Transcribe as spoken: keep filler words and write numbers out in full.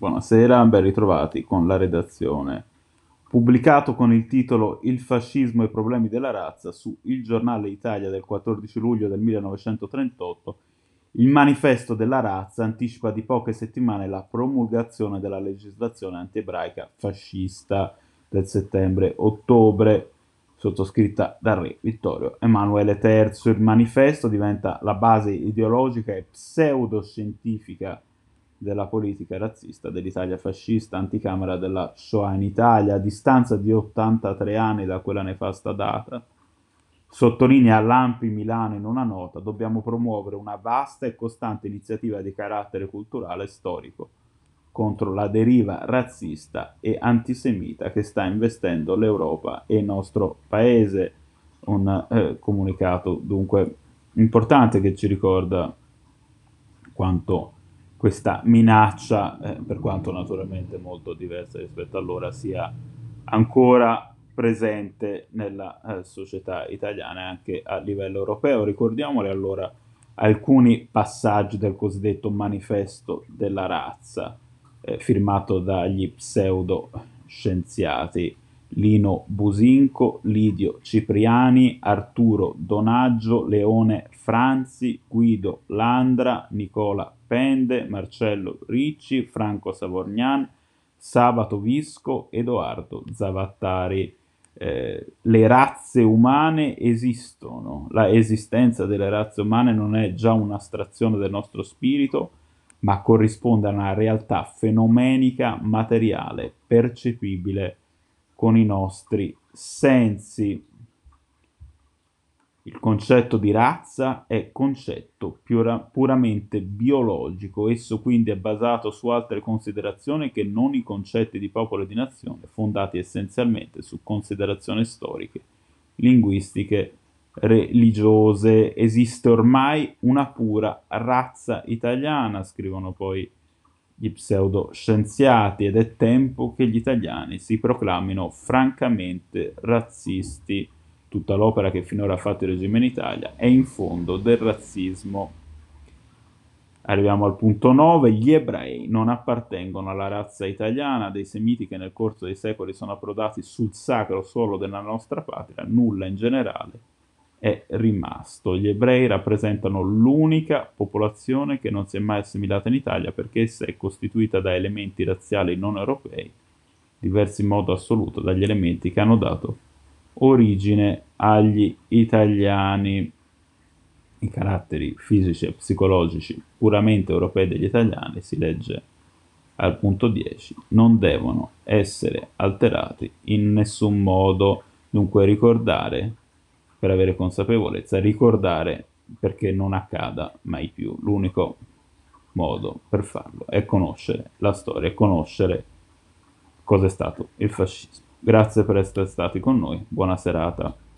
Buonasera, ben ritrovati con la redazione. Pubblicato con il titolo Il fascismo e i problemi della razza su Il Giornale Italia del quattordici luglio del millenovecentotrentotto, il Manifesto della razza anticipa di poche settimane la promulgazione della legislazione antiebraica fascista del settembre-ottobre, sottoscritta dal re Vittorio Emanuele terzo. Il manifesto diventa la base ideologica e pseudoscientifica della politica razzista dell'Italia fascista, anticamera della Shoah in Italia, a distanza di ottantatré anni da quella nefasta data. Sottolinea l'A N P I Milano in una nota: dobbiamo promuovere una vasta e costante iniziativa di carattere culturale e storico contro la deriva razzista e antisemita che sta investendo l'Europa e il nostro paese. Un eh, comunicato dunque importante che ci ricorda quanto questa minaccia, eh, per quanto naturalmente molto diversa rispetto allora, sia ancora presente nella eh, società italiana e anche a livello europeo. Ricordiamole allora alcuni passaggi del cosiddetto manifesto della razza, eh, firmato dagli pseudoscienziati Lino Businco, Lidio Cipriani, Arturo Donaggio, Leone Franzi, Guido Landra, Nicola Pende, Marcello Ricci, Franco Savorgnan, Sabato Visco, Edoardo Zavattari. Eh, le razze umane esistono, la esistenza delle razze umane non è già un'astrazione del nostro spirito, ma corrisponde a una realtà fenomenica, materiale, percepibile con i nostri sensi. Il concetto di razza è concetto pura, puramente biologico, esso quindi è basato su altre considerazioni che non i concetti di popolo e di nazione, fondati essenzialmente su considerazioni storiche, linguistiche, religiose. Esiste ormai una pura razza italiana, scrivono poi gli pseudoscienziati, ed è tempo che gli italiani si proclamino francamente razzisti. Tutta l'opera che finora ha fatto il regime in Italia è in fondo del razzismo. Arriviamo al punto nove. Gli ebrei non appartengono alla razza italiana, dei semiti che nel corso dei secoli sono approdati sul sacro suolo della nostra patria, nulla in generale è rimasto. Gli ebrei rappresentano l'unica popolazione che non si è mai assimilata in Italia perché essa è costituita da elementi razziali non europei, diversi in modo assoluto dagli elementi che hanno dato origine agli italiani. I caratteri fisici e psicologici puramente europei degli italiani, si legge al punto dieci, non devono essere alterati in nessun modo. Dunque ricordare per avere consapevolezza, ricordare perché non accada mai più. L'unico modo per farlo è conoscere la storia e conoscere cosa è stato il fascismo. Grazie per essere stati con noi, buona serata.